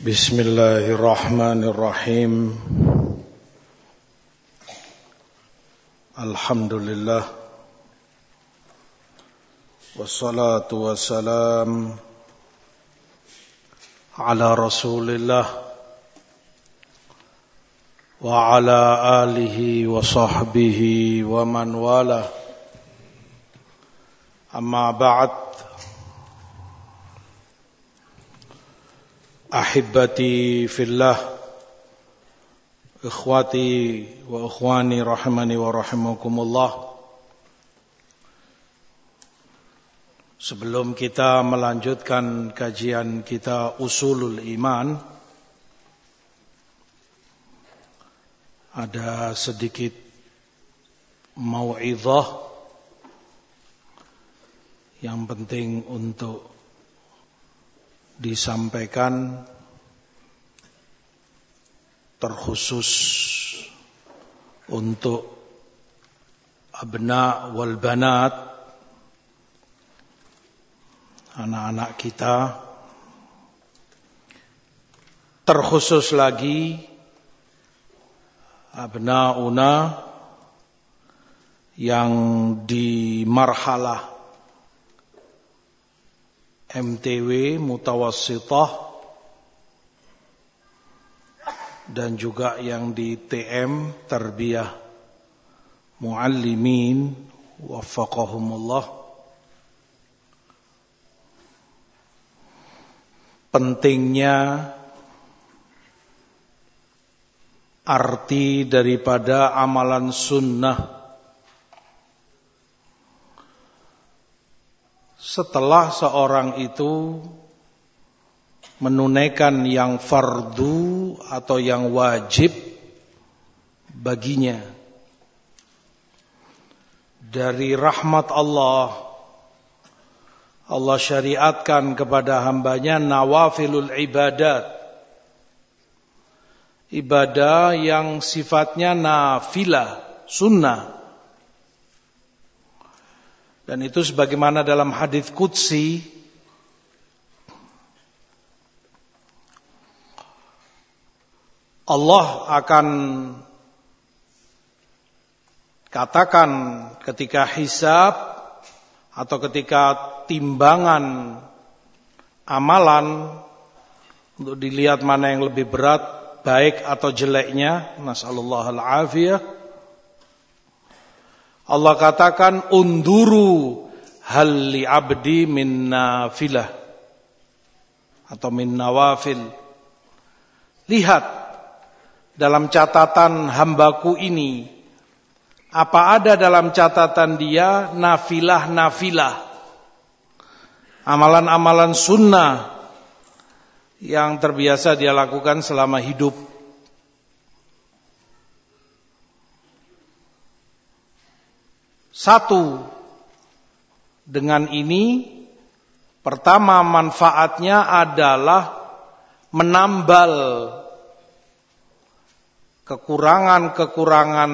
Bismillahirrahmanirrahim. Alhamdulillah. Wassalatu wassalam ala Rasulillah wa ala alihi wa sahbihi wa man wala. Amma ba'd. Ahibbati fillah, ikhwati wa ikhwani rahimani wa rahimakumullah. Sebelum kita melanjutkan kajian kita Usulul Iman, ada sedikit mau'izah yang penting untuk disampaikan, terkhusus untuk abna wal banat, anak-anak kita, terkhusus lagi abnauna yang di marhalah MTW Mutawassithah dan juga yang di TM Tarbiyah Muallimin waffaqahumullah. Pentingnya arti daripada amalan sunnah setelah seorang itu menunaikan yang fardu atau yang wajib baginya. Dari rahmat Allah, Allah syariatkan kepada hambanya nawafilul ibadat, ibadah yang sifatnya nafilah, sunnah. Dan itu sebagaimana dalam hadits qudsi, Allah akan katakan ketika hisab atau ketika timbangan amalan untuk dilihat mana yang lebih berat, baik atau jeleknya, nasallallahu al-afiyah, Allah katakan unduru hal li abdi min nafilah atau min nawafil. Lihat dalam catatan hambaku ini, apa ada dalam catatan dia nafilah-nafilah, amalan-amalan sunnah yang terbiasa dia lakukan selama hidup. Satu, dengan ini pertama manfaatnya adalah menambal kekurangan-kekurangan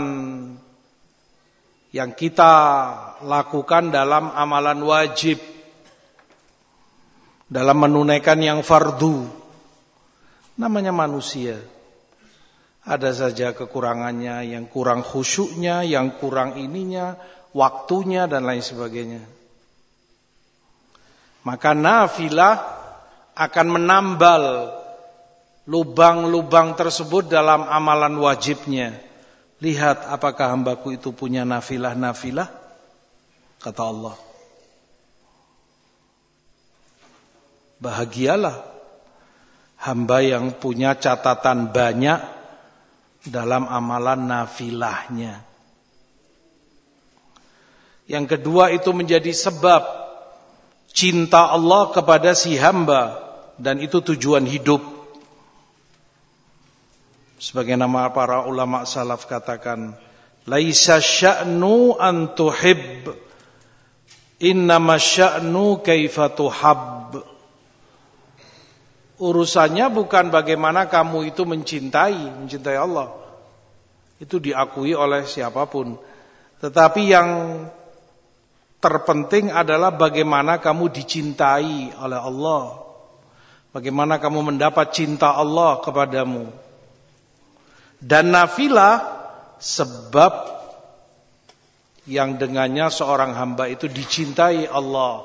yang kita lakukan dalam amalan wajib, dalam menunaikan yang fardu. Namanya manusia, ada saja kekurangannya, yang kurang khusyuknya, yang kurang ininya, waktunya dan lain sebagainya. Maka nafilah akan menambal lubang-lubang tersebut dalam amalan wajibnya. Lihat apakah hambaku itu punya nafilah-nafilah, kata Allah. Bahagialah hamba yang punya catatan banyak dalam amalan nafilahnya. Yang kedua, itu menjadi sebab cinta Allah kepada si hamba, dan itu tujuan hidup. Sebagaimana para ulama salaf katakan, laisa sya'nu an tuhib, innama sya'nu kaifa tuhab. Urusannya bukan bagaimana kamu itu mencintai Allah. Itu diakui oleh siapapun. Tetapi yang terpenting adalah bagaimana kamu dicintai oleh Allah. Bagaimana kamu mendapat cinta Allah kepadamu. Dan nafilah sebab yang dengannya seorang hamba itu dicintai Allah.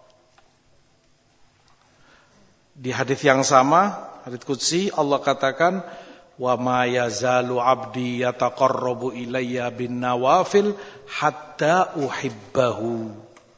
Di hadis yang sama, hadis qudsi, Allah katakan, "Wa ma yazalu 'abdi yataqarrabu ilayya bin nawafil hatta uhibbahu."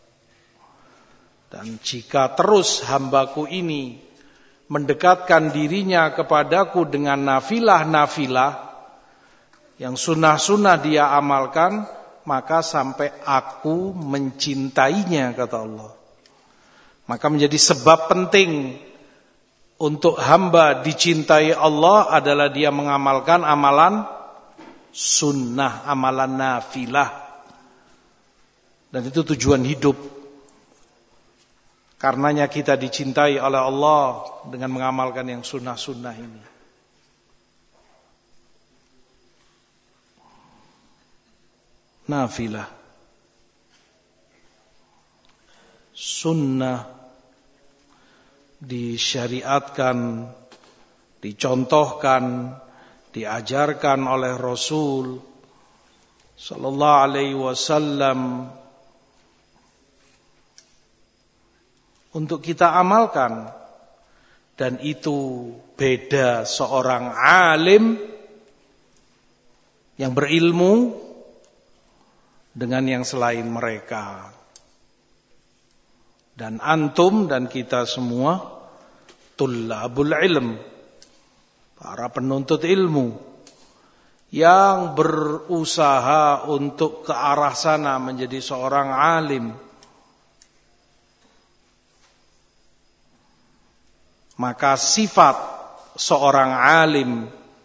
Dan jika terus hambaku ini mendekatkan dirinya kepadaku dengan nafilah-nafilah yang sunnah-sunnah dia amalkan, maka sampai aku mencintainya, kata Allah. Maka menjadi sebab penting untuk hamba dicintai Allah adalah dia mengamalkan amalan sunnah, amalan nafilah. Dan itu tujuan hidup. Karenanya kita dicintai oleh Allah dengan mengamalkan yang sunnah-sunnah ini. Nafilah, sunnah disyariatkan, dicontohkan, diajarkan oleh Rasul sallallahu alaihi wasallam untuk kita amalkan. Dan itu beda seorang alim yang berilmu dengan yang selain mereka. Dan antum dan kita semua tullabul ilm, para penuntut ilmu yang berusaha untuk ke arah sana menjadi seorang alim. Maka sifat seorang alim,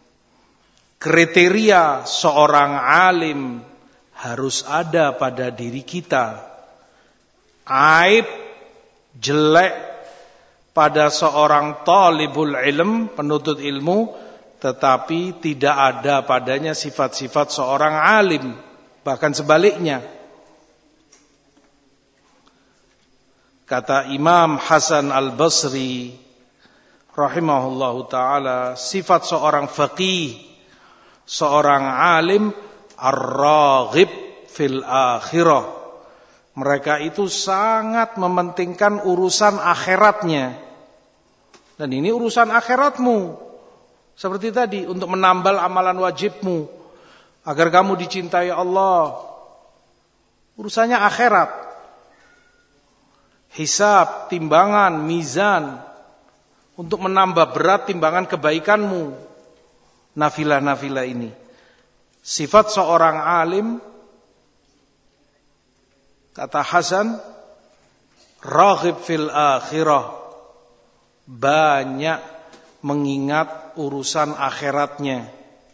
kriteria seorang alim harus ada pada diri kita. Aib, jelek pada seorang talibul ilm, penuntut ilmu, tetapi tidak ada padanya sifat-sifat seorang alim. Bahkan sebaliknya. Kata Imam Hasan al-Basri rahimahullahu ta'ala, sifat seorang faqih, seorang alim, ar-raghib fil akhirah. Mereka itu sangat mementingkan urusan akhiratnya. Dan ini urusan akhiratmu. Seperti tadi, untuk menambal amalan wajibmu, agar kamu dicintai Allah. Urusannya akhirat. Hisab, timbangan, mizan, untuk menambah berat timbangan kebaikanmu. Nafilah-nafilah ini. Sifat seorang alim, kata Hasan, raghib fil akhirah, banyak mengingat urusan akhiratnya.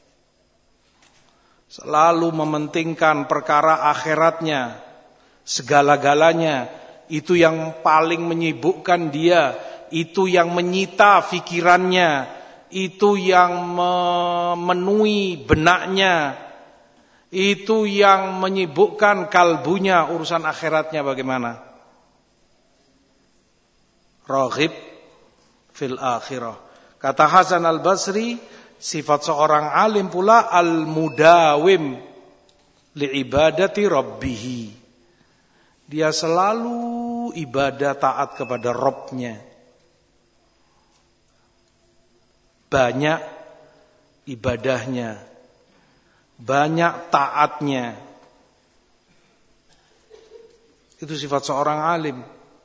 Selalu mementingkan perkara akhiratnya, segala-galanya. Itu yang paling menyibukkan dia, itu yang menyita pikirannya, itu yang memenuhi benaknya, itu yang menyibukkan kalbunya. Urusan akhiratnya bagaimana? Raghib fil akhirah. Kata Hasan al-Basri, sifat seorang alim pula al-mudawim li'ibadati rabbihi. Dia selalu ibadah taat kepada Rabbnya. Banyak ibadahnya, banyak taatnya. Itu sifat seorang alim.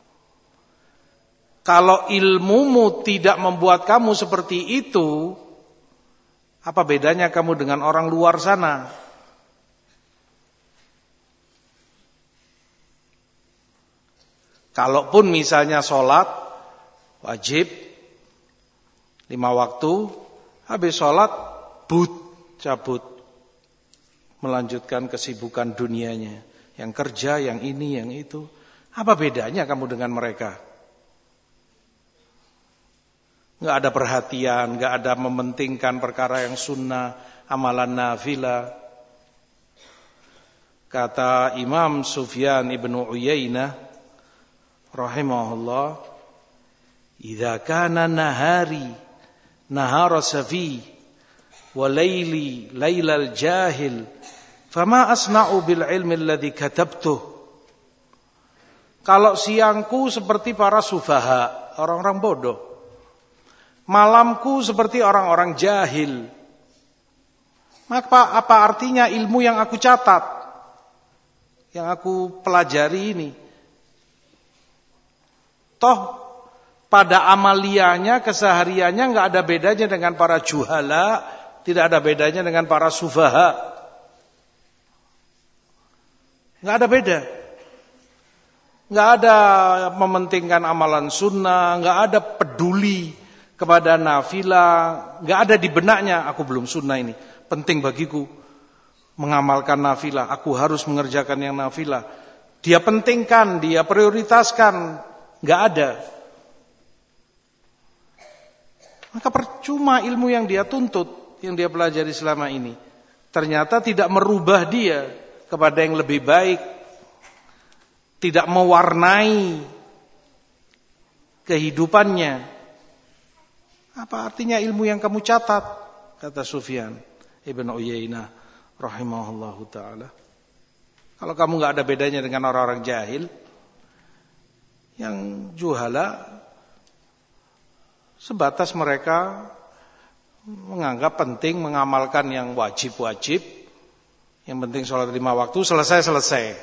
Kalau ilmumu tidak membuat kamu seperti itu, apa bedanya kamu dengan orang luar sana? Kalaupun misalnya sholat wajib 5 waktu, habis sholat cabut, melanjutkan kesibukan dunianya, yang kerja, yang ini, yang itu. Apa bedanya kamu dengan mereka? Enggak ada perhatian, enggak ada mementingkan perkara yang sunnah, amalan nafilah. Kata Imam Sufyan ibn Uyainah rahimahullah, idza kana nahari nahara safi wa laili lailal jahil fama asna'u bil ilmi alladhi katabtuh. Kalau siangku seperti para sufaha, orang-orang bodoh, malamku seperti orang-orang jahil, maka apa artinya ilmu yang aku catat, yang aku pelajari ini? Toh pada amaliyanya, kesehariannya nggak ada bedanya dengan para juhala, tidak ada bedanya dengan para sufaha. Nggak ada beda. Nggak ada mementingkan amalan sunnah, nggak ada peduli kepada nafilah, nggak ada di benaknya, aku belum sunnah ini, penting bagiku mengamalkan nafilah, aku harus mengerjakan yang nafilah. Dia pentingkan, dia prioritaskan, nggak ada. Maka percuma ilmu yang dia tuntut, yang dia pelajari selama ini, ternyata tidak merubah dia kepada yang lebih baik, tidak mewarnai kehidupannya. Apa artinya ilmu yang kamu catat? Kata Sufyan Ibn Uyainah rahimahullahu ta'ala. Kalau kamu gak ada bedanya dengan orang-orang jahil, yang juhala sebatas mereka menganggap penting mengamalkan yang wajib-wajib, yang penting sholat 5 waktu, selesai-selesai.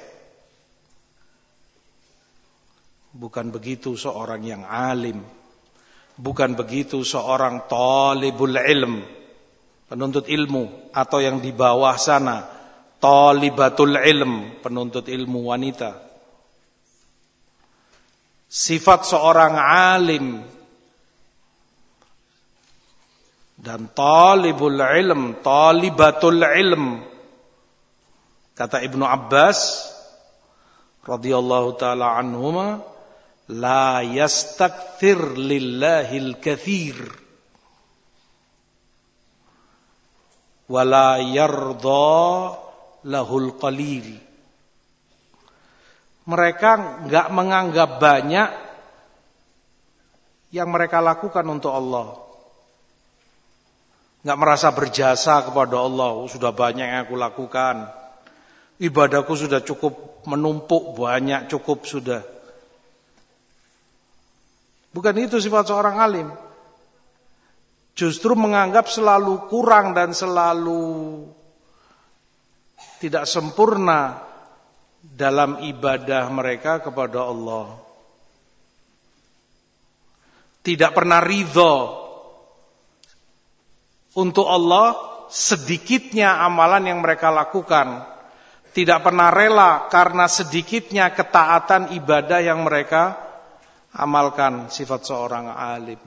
Bukan begitu seorang yang alim, bukan begitu seorang talibul ilm, penuntut ilmu, atau yang di bawah sana talibatul ilm, penuntut ilmu wanita. Sifat seorang alim dan talibul ilm, talibatul ilm, kata Ibnu Abbas radhiyallahu taala anhuma, la yastakthir lillahil kathir wa la yarda lahul qalil. Mereka enggak menganggap banyak yang mereka lakukan untuk Allah, enggak merasa berjasa kepada Allah. Sudah banyak yang aku lakukan, ibadahku sudah cukup menumpuk, banyak, cukup sudah. Bukan itu sifat seorang alim. Justru menganggap selalu kurang dan selalu tidak sempurna dalam ibadah mereka kepada Allah. Tidak pernah ridho untuk Allah sedikitnya amalan yang mereka lakukan. Tidak pernah rela karena sedikitnya ketaatan ibadah yang mereka amalkan. Sifat seorang alim,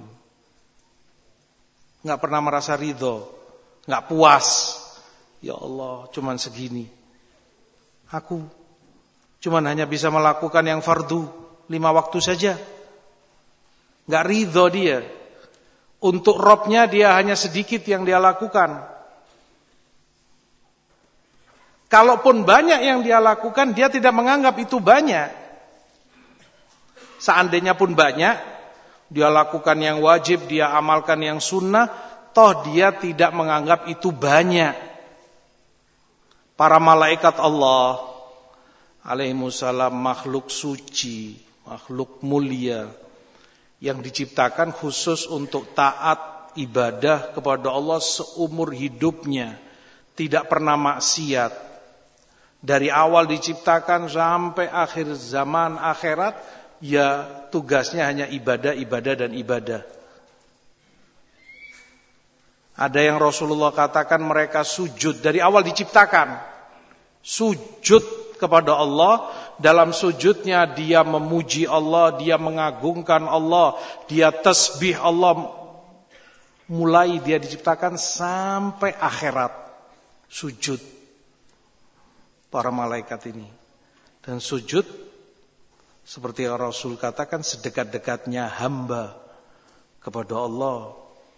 nggak pernah merasa ridho, nggak puas. Ya Allah, cuman segini. Aku cuman hanya bisa melakukan yang fardu 5 waktu saja. Nggak ridho dia. Untuk Robnya dia hanya sedikit yang dia lakukan. Kalaupun banyak yang dia lakukan, dia tidak menganggap itu banyak. Seandainya pun banyak, dia lakukan yang wajib, dia amalkan yang sunnah, toh dia tidak menganggap itu banyak. Para malaikat Allah alaihimussalam makhluk suci, makhluk mulia, yang diciptakan khusus untuk taat ibadah kepada Allah seumur hidupnya, tidak pernah maksiat. Dari awal diciptakan sampai akhir zaman akhirat, ya tugasnya hanya ibadah, ibadah, dan ibadah. Ada yang Rasulullah katakan mereka sujud dari awal diciptakan, sujud kepada Allah. Dalam sujudnya dia memuji Allah, dia mengagungkan Allah, dia tasbih Allah. Mulai dia diciptakan sampai akhirat, sujud para malaikat ini. Dan sujud seperti Rasul katakan sedekat-dekatnya hamba kepada Allah.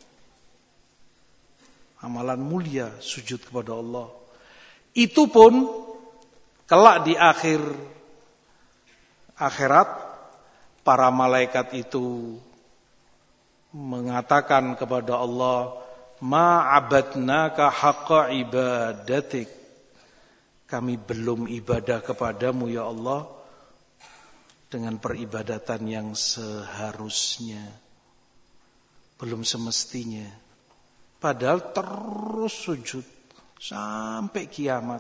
Amalan mulia sujud kepada Allah. Itu pun kelak di akhir akhirat para malaikat itu mengatakan kepada Allah, ma'abadnaka haqqa ibadatik, kami belum ibadah kepadamu ya Allah dengan peribadatan yang seharusnya, belum semestinya. Padahal terus sujud sampai kiamat.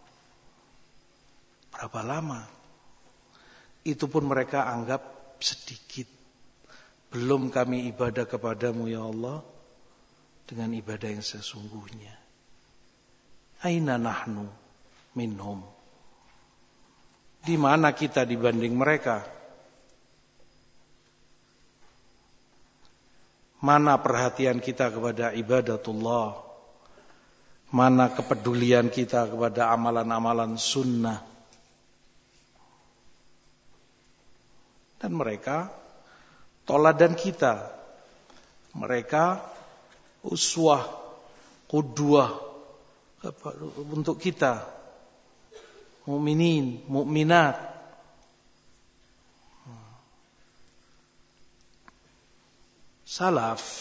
Berapa lama? Itu pun mereka anggap sedikit. Belum kami ibadah kepadamu ya Allah dengan ibadah yang sesungguhnya. Aina nahnu minhum. Di mana kita dibanding mereka? Mana perhatian kita kepada ibadatullah? Mana kepedulian kita kepada amalan-amalan sunnah? Dan mereka toladan kita. Mereka uswah, qudwah untuk kita. Mukminin, mukminat. Salaf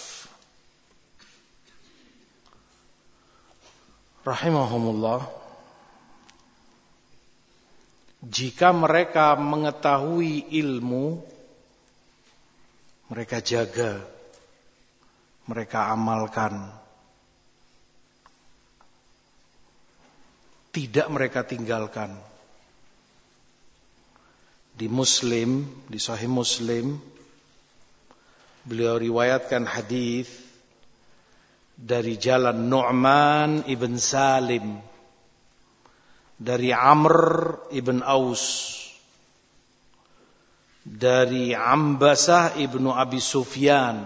rahimahumullah, jika mereka mengetahui ilmu, mereka jaga, mereka amalkan, tidak mereka tinggalkan. Di Muslim, di Sahih Muslim, beliau riwayatkan hadis dari jalan Nu'man ibn Salim, dari Amr ibn Aus, dari Ambasah ibnu Abi Sufyan.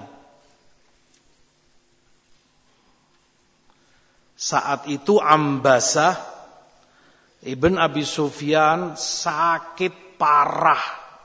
Saat itu Ambasah ibn Abi Sufyan sakit parah,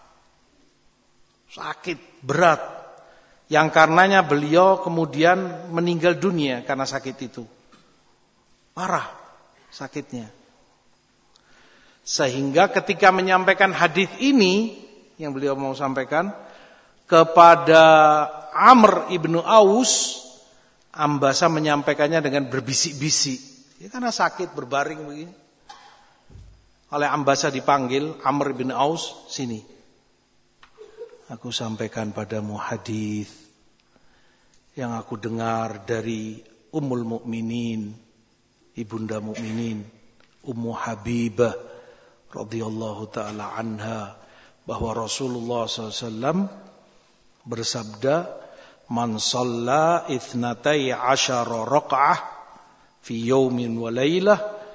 sakit berat, yang karenanya beliau kemudian meninggal dunia karena sakit itu. Parah sakitnya. Sehingga ketika menyampaikan hadis ini yang beliau mau sampaikan kepada Amr ibnu Aus, Ambasa menyampaikannya dengan berbisik-bisik. Ya, karena sakit berbaring begini. Oleh Ambasa dipanggil, Amr ibnu Aus, sini. Aku sampaikan padamu hadis yang aku dengar dari Ummul Mukminin, ibunda mukminin, Ummu Habibah radhiyallahu taala anha, bahwa Rasulullah SAW bersabda, man shalla itsnatai asyara raq'ah fi yaumin wa lailah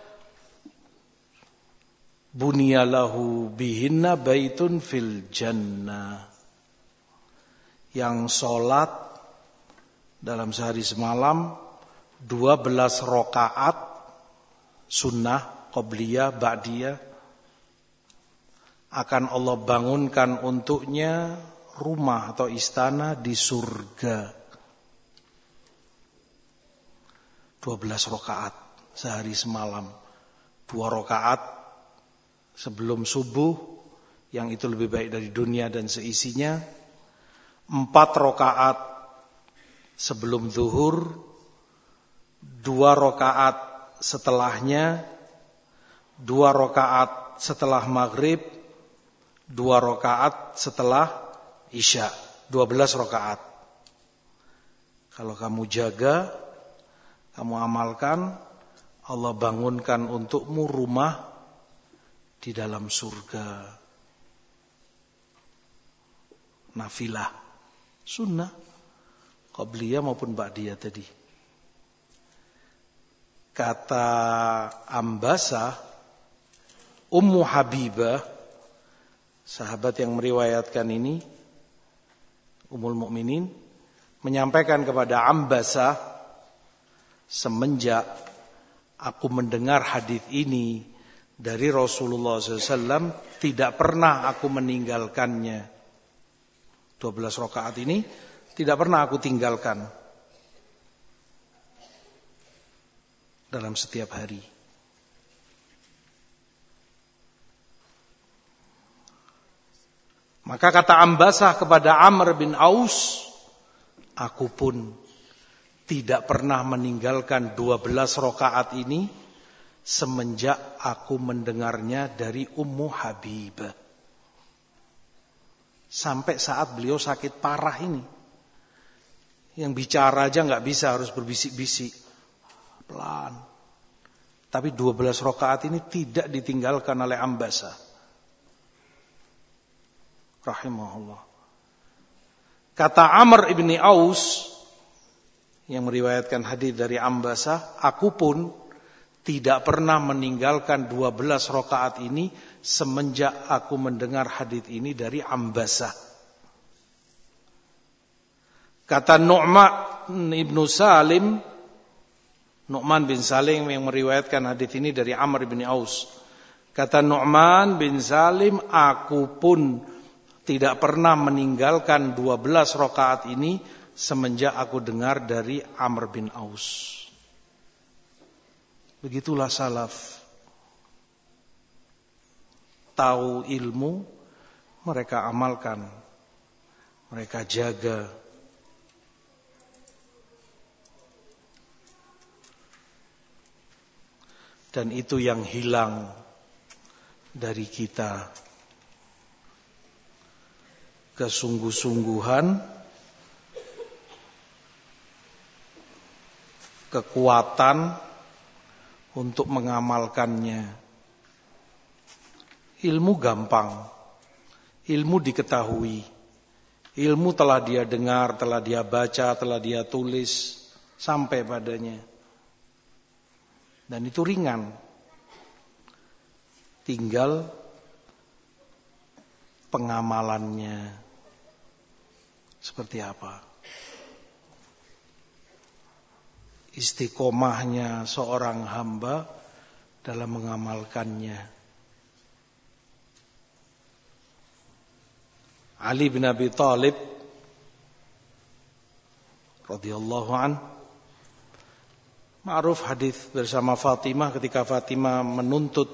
buniya lahu bihinna baitun fil jannah. Yang sholat dalam sehari semalam 12 rakaat sunnah, qobliyah, ba'diyah, akan Allah bangunkan untuknya rumah atau istana di surga. 12 rakaat sehari semalam. 2 rakaat sebelum subuh, yang itu lebih baik dari dunia dan seisinya. 4 rakaat sebelum zuhur, 2 rakaat setelahnya, 2 rakaat setelah maghrib, 2 rakaat setelah isya. 12 rakaat. Kalau kamu jaga, kamu amalkan, Allah bangunkan untukmu rumah di dalam surga. Nafilah, sunnah, qabliyah maupun ba'diyah tadi. Kata Ambasah, Ummu Habibah, sahabat yang meriwayatkan ini, Ummul Mukminin, menyampaikan kepada Ambasah, semenjak aku mendengar hadis ini dari Rasulullah SAW, tidak pernah aku meninggalkannya. 12 rakaat ini tidak pernah aku tinggalkan dalam setiap hari. Maka kata Ambasah kepada Amr bin Aus, Aku pun tidak pernah meninggalkan 12 rakaat ini semenjak aku mendengarnya dari Ummu Habibah. Sampai saat beliau sakit parah ini. Yang bicara aja nggak bisa, harus berbisik-bisik. Pelan. Tapi 12 rakaat ini tidak ditinggalkan oleh Ambasa. Rahimahullah. Kata Amr ibni Aus yang meriwayatkan hadis dari Ambasa, aku pun tidak pernah meninggalkan 12 rakaat ini semenjak aku mendengar hadis ini dari Ambasa. Kata Nu'man ibnu Salim, Nu'man bin Salim yang meriwayatkan hadis ini dari Amr bin Aus. Kata Nu'man bin Salim, aku pun tidak pernah meninggalkan 12 rakaat ini semenjak aku dengar dari Amr bin Aus. Begitulah salaf. Tahu ilmu, mereka amalkan, mereka jaga. Dan itu yang hilang dari kita. Kesungguh-sungguhan, kekuatan untuk mengamalkannya. Ilmu gampang, ilmu diketahui, ilmu telah dia dengar, telah dia baca, telah dia tulis, sampai padanya. Dan itu ringan. Tinggal pengamalannya seperti apa. Istiqomahnya seorang hamba dalam mengamalkannya. Ali bin Abi Thalib radhiyallahu anhu, ma'ruf hadis bersama Fatimah ketika Fatimah menuntut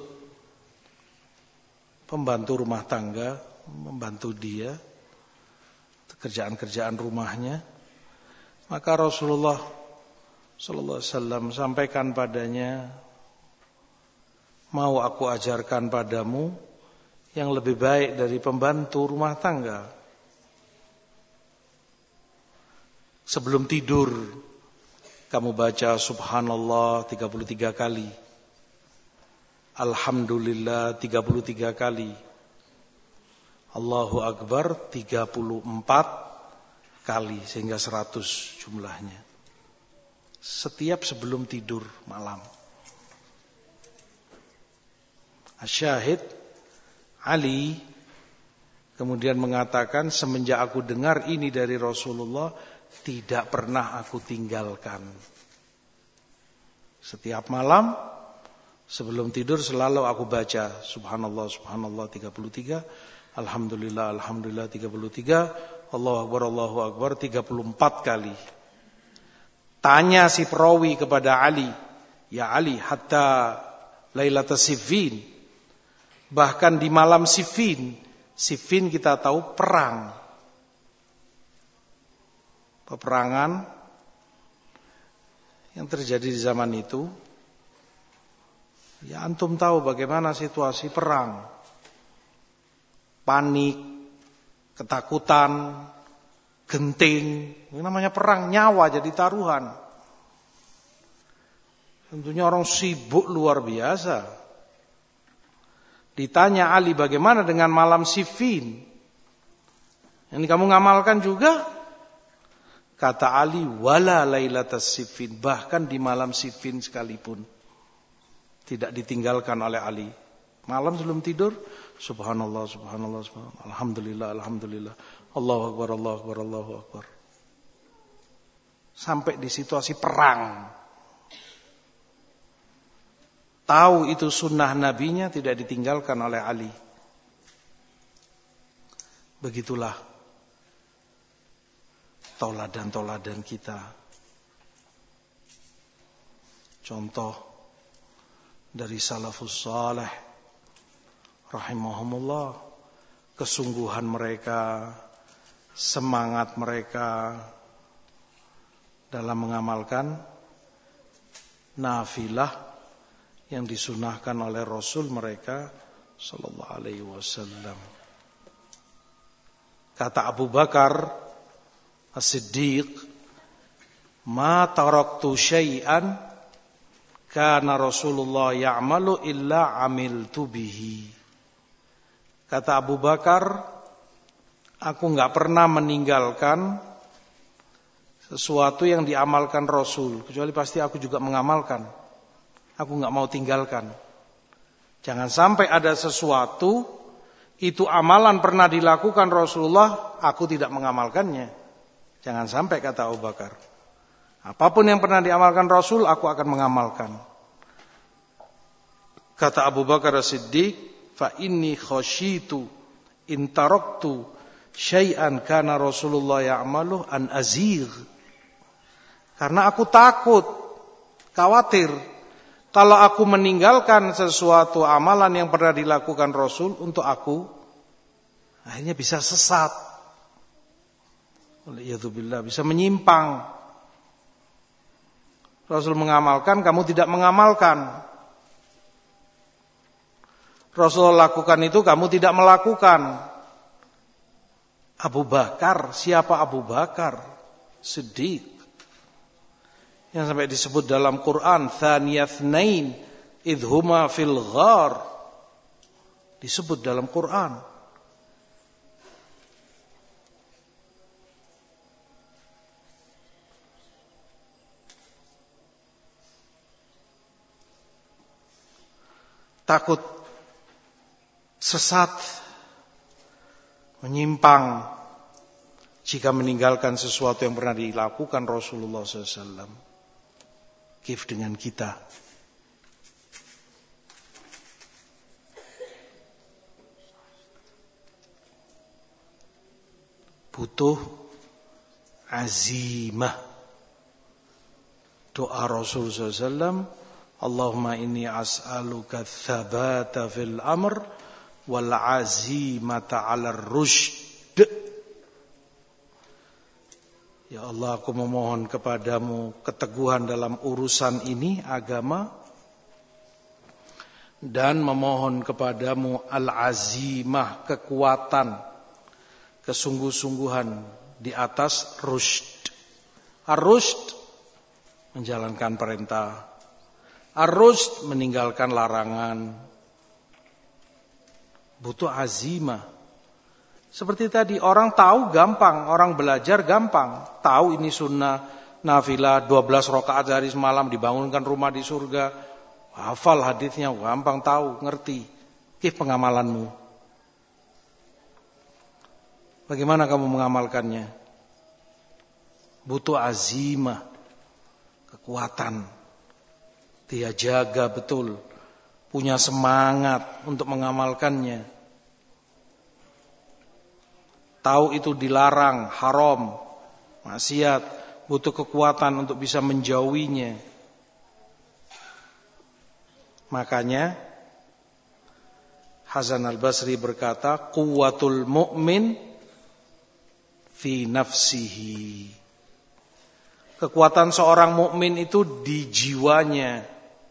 pembantu rumah tangga, membantu dia kerjaan-kerjaan rumahnya, maka Rasulullah sallallahu alaihi wasallam sampaikan padanya, mau aku ajarkan padamu yang lebih baik dari pembantu rumah tangga. Sebelum tidur kamu baca subhanallah 33 kali. Alhamdulillah 33 kali. Allahu Akbar 34 kali sehingga 100 jumlahnya. Setiap sebelum tidur malam. Asyahid Ali kemudian mengatakan, semenjak aku dengar ini dari Rasulullah, tidak pernah aku tinggalkan. Setiap malam sebelum tidur selalu aku baca subhanallah subhanallah 33, alhamdulillah alhamdulillah 33, Allahu Akbar 34 kali. Tanya si perawi kepada Ali, ya Ali, hatta Lailatul Siffin, bahkan di malam Siffin. Siffin kita tahu perang, peperangan yang terjadi di zaman itu. Ya antum tahu bagaimana situasi perang. Panik, ketakutan, genting. Ini namanya perang, nyawa jadi taruhan. Tentunya orang sibuk luar biasa. Ditanya Ali, bagaimana dengan malam Siffin? Ini kamu ngamalkan juga? Kata Ali, wala lailatas Siffin, bahkan di malam Siffin sekalipun tidak ditinggalkan oleh Ali. Malam sebelum tidur, subhanallah, subhanallah, subhanallah, alhamdulillah, alhamdulillah, Allahu Akbar, Allahu Akbar, Allahu Akbar. Sampai di situasi perang. Tahu itu sunnah nabinya, tidak ditinggalkan oleh Ali. Begitulah toladan-toladan kita. Contoh dari salafus saleh rahimahumullah, kesungguhan mereka, semangat mereka dalam mengamalkan nafilah yang disunahkan oleh Rasul mereka sallallahu alaihi wasallam. Kata Abu Bakar As-Siddiq, "Ma taraktu syai'an kana Rasulullah ya'malu illa amiltu bihi." Kata Abu Bakar, aku enggak pernah meninggalkan sesuatu yang diamalkan Rasul, kecuali pasti aku juga mengamalkan. Aku enggak mau tinggalkan. Jangan sampai ada sesuatu itu amalan pernah dilakukan Rasulullah, aku tidak mengamalkannya. Jangan sampai, kata Abu Bakar. Apapun yang pernah diamalkan Rasul, aku akan mengamalkan. Kata Abu Bakar As-Siddiq, "Fa inni khasyitu in taraktu syai'an kana Rasulullah ya'malu an azigh." Karena aku takut, khawatir, kalau aku meninggalkan sesuatu amalan yang pernah dilakukan Rasul untuk aku, akhirnya bisa sesat. Waliyadzubillah, bisa menyimpang. Rasul mengamalkan, kamu tidak mengamalkan. Rasul lakukan itu, kamu tidak melakukan. Abu Bakar, siapa Abu Bakar? Siddiq. Yang sampai disebut dalam Quran, Thaniyatnain idhuma fil ghar. Disebut dalam Quran. Takut sesat, menyimpang jika meninggalkan sesuatu yang pernah dilakukan Rasulullah SAW. Kif dengan kita. Butuh azimah. Doa Rasulullah SAW, Allahumma inni as'aluka tsabata fil amr wal azimata 'alar rusyd. Ya Allah, aku memohon kepadamu keteguhan dalam urusan ini, agama, dan memohon kepadamu al-azimah, kekuatan, kesungguh-sungguhan di atas rusyd. Ar-rusyd menjalankan perintah, ar-rusyd meninggalkan larangan. Butuh azimah. Seperti tadi, orang tahu gampang, orang belajar gampang. Tahu ini sunnah, nafilah, 12 rakaat sehari semalam, dibangunkan rumah di surga. Hafal hadisnya, gampang tahu, ngerti. Kif pengamalanmu. Bagaimana kamu mengamalkannya? Butuh azimah, kekuatan. Dia jaga betul, punya semangat untuk mengamalkannya. Tahu itu dilarang, haram, maksiat, butuh kekuatan untuk bisa menjauhinya. Makanya Hasan Al-Basri berkata, quwwatul mu'min fi nafsihi. Kekuatan seorang mukmin itu di jiwanya,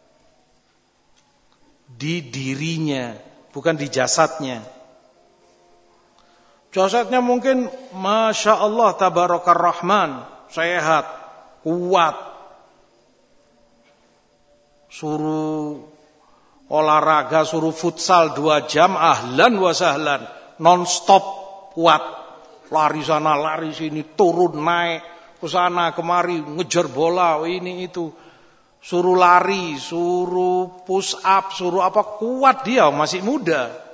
di dirinya, bukan di jasadnya. Jasadnya mungkin Masya Allah Tabarakar Rahman, sehat, kuat. Suruh olahraga, suruh futsal 2 jam, ahlan wa sahlan, non-stop, kuat. Lari sana, lari sini, turun, naik, ke sana, kemari, ngejar bola, ini itu. Suruh lari, suruh push up, suruh apa, kuat dia, masih muda.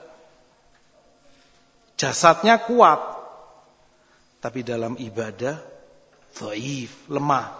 Jasadnya kuat, tapi dalam ibadah dhaif, lemah.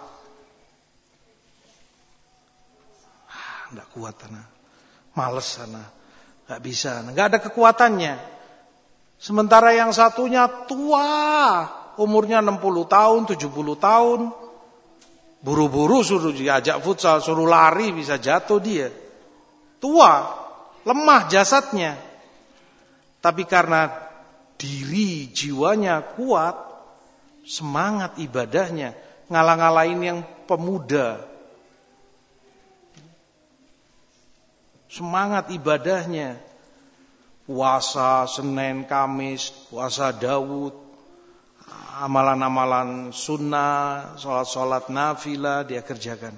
Enggak kuat sana, males sana, enggak bisa, enggak ada kekuatannya. Sementara yang satunya tua, umurnya 60 tahun, 70 tahun, buru-buru suruh diajak futsal, suruh lari bisa jatuh dia. Tua, lemah jasadnya, tapi karena diri jiwanya kuat, semangat ibadahnya, ngalah-ngalahin yang pemuda. Semangat ibadahnya. Puasa Senin, Kamis, puasa Daud, amalan-amalan sunnah, sholat-sholat nafilah dia kerjakan.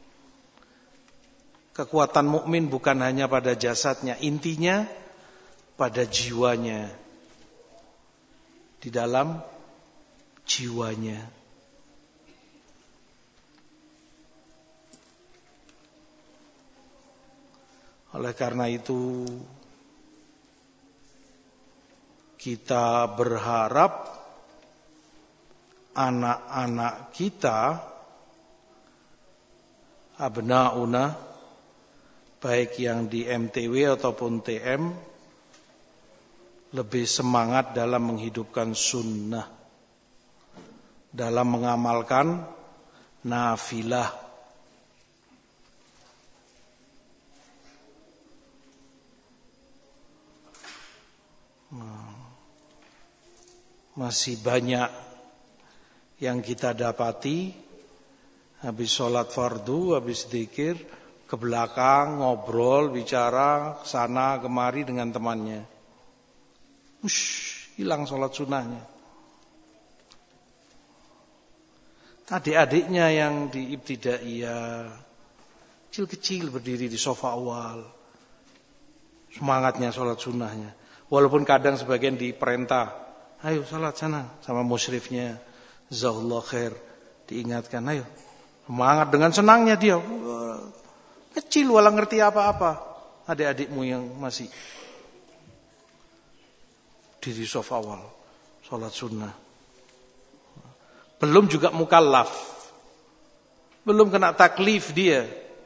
Kekuatan mukmin bukan hanya pada jasadnya, intinya pada jiwanya. Di dalam jiwanya. Oleh karena itu kita berharap anak-anak kita, abnauna, baik yang di MTW ataupun TM, lebih semangat dalam menghidupkan sunnah, dalam mengamalkan nafilah. Masih banyak yang kita dapati habis sholat fardu, habis dzikir, ke belakang ngobrol, bicara sana kemari dengan temannya. Hilang sholat sunnahnya. Adik-adiknya yang di ibtidaiyah, kecil-kecil berdiri di sofa awal, semangatnya sholat sunnahnya. Walaupun kadang sebagian diperintah, ayo salat sana sama musyrifnya, jazakallahu khair, diingatkan, ayo. Semangat dengan senangnya dia. Kecil walau ngerti apa-apa. Adik-adikmu yang masih diri sofa awal, salat sunnah. Belum juga mukallaf. Belum kena taklif dia.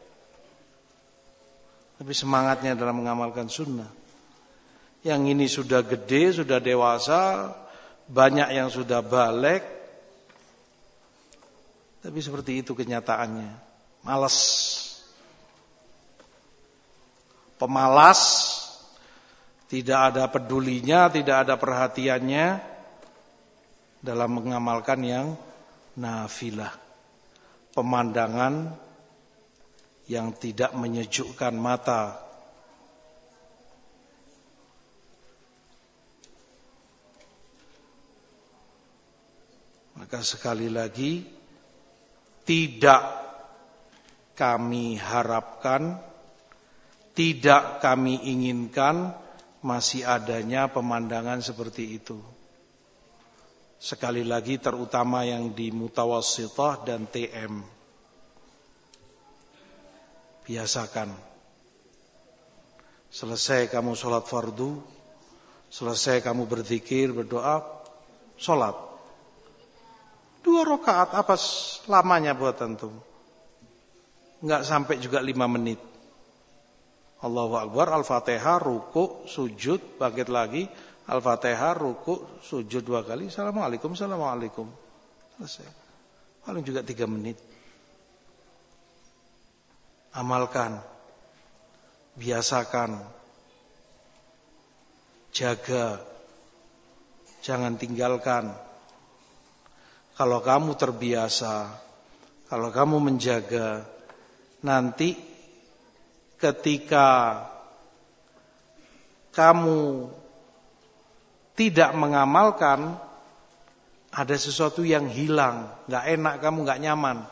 Tapi semangatnya dalam mengamalkan sunnah. Yang ini sudah gede, sudah dewasa, banyak yang sudah balik. Tapi seperti itu kenyataannya. Malas. Pemalas. Tidak ada pedulinya, tidak ada perhatiannya dalam mengamalkan yang nafilah. Pemandangan yang tidak menyejukkan mata. Maka sekali lagi, tidak kami harapkan, tidak kami inginkan masih adanya pemandangan seperti itu. Sekali lagi terutama yang di mutawassithah dan TM. Biasakan. Selesai kamu sholat fardu, selesai kamu berzikir, berdoa, sholat. 2 rakaat, apa lamanya buat antum? Enggak sampai juga 5 menit. Allahu Akbar, Al-Fatihah, ruku, sujud, bangkit lagi, Al-Fatihah, ruku, sujud 2 kali, Assalamualaikum, Assalamualaikum. Selesai. Paling juga 3 menit. Amalkan. Biasakan. Jaga. Jangan tinggalkan. Kalau kamu terbiasa, kalau kamu menjaga, nanti ketika kamu tidak mengamalkan, ada sesuatu yang hilang, gak enak, kamu gak nyaman.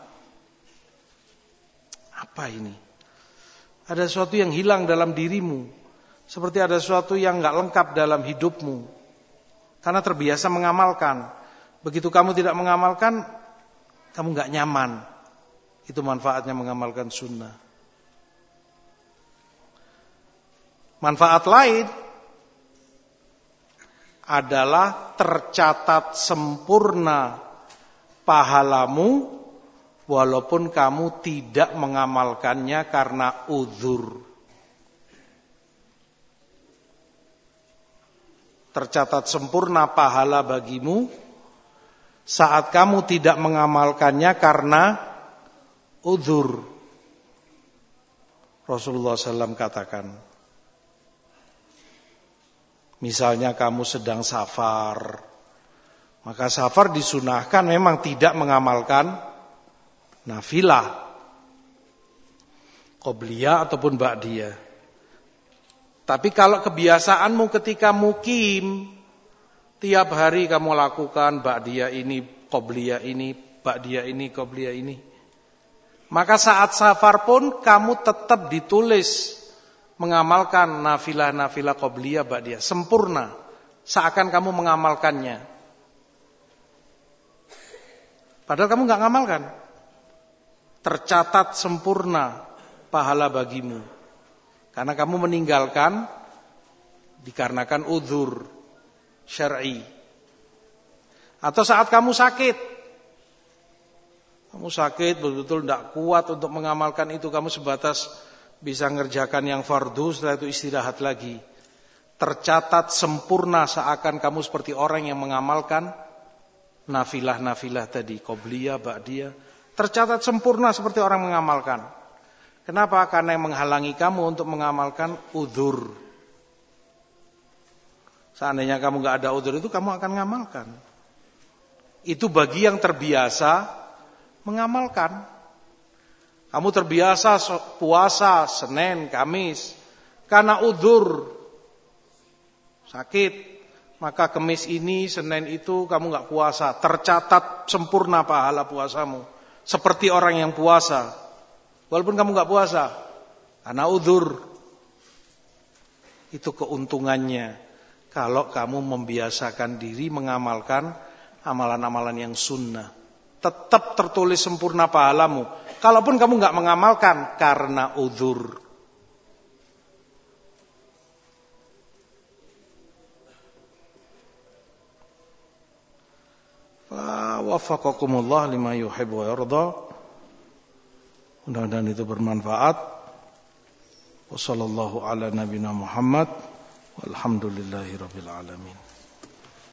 Apa ini? Ada sesuatu yang hilang dalam dirimu, seperti ada sesuatu yang gak lengkap dalam hidupmu, karena terbiasa mengamalkan. Begitu kamu tidak mengamalkan, kamu gak nyaman. Itu manfaatnya mengamalkan sunnah. Manfaat lain adalah tercatat sempurna pahalamu walaupun kamu tidak mengamalkannya karena uzur. Tercatat sempurna pahala bagimu saat kamu tidak mengamalkannya karena uzur. Rasulullah SAW katakan, misalnya kamu sedang safar, maka safar disunahkan memang tidak mengamalkan nafilah, qobliyah ataupun ba'diyah. Tapi kalau kebiasaanmu ketika mukim, tiap hari kamu lakukan ba'diyah ini, qobliyah ini, ba'diyah ini, qobliyah ini, maka saat safar pun kamu tetap ditulis mengamalkan nafilah-nafilah qobliyah, ba'diyah sempurna, seakan kamu mengamalkannya. Padahal kamu nggak ngamalkan. Tercatat sempurna pahala bagimu. Karena kamu meninggalkan dikarenakan udzur syar'i. Atau saat kamu sakit. Kamu sakit betul-betul tidak kuat untuk mengamalkan itu, kamu sebatas bisa ngerjakan yang fardu, setelah itu istirahat lagi. Tercatat sempurna seakan kamu seperti orang yang mengamalkan nafilah-nafilah tadi, qobliyah, ba'diyah. Tercatat sempurna seperti orang mengamalkan. Kenapa? Karena yang menghalangi kamu untuk mengamalkan udzur. Seandainya kamu nggak ada udzur itu, kamu akan mengamalkan. Itu bagi yang terbiasa mengamalkan. Kamu terbiasa puasa Senin, Kamis, karena udzur sakit, maka Kamis ini, Senin itu kamu nggak puasa, tercatat sempurna pahala puasamu, seperti orang yang puasa, walaupun kamu nggak puasa, karena udzur. Itu keuntungannya kalau kamu membiasakan diri mengamalkan amalan-amalan yang sunnah. Tetap tertulis sempurna pahalamu, kalaupun kamu nggak mengamalkan karena udzur. Wafaqakumullah lima yuhibbu wa yarda. Mudah-mudahan itu bermanfaat. Wassallallahu ala nabiyina Muhammad walhamdulillahi rabbil alamin.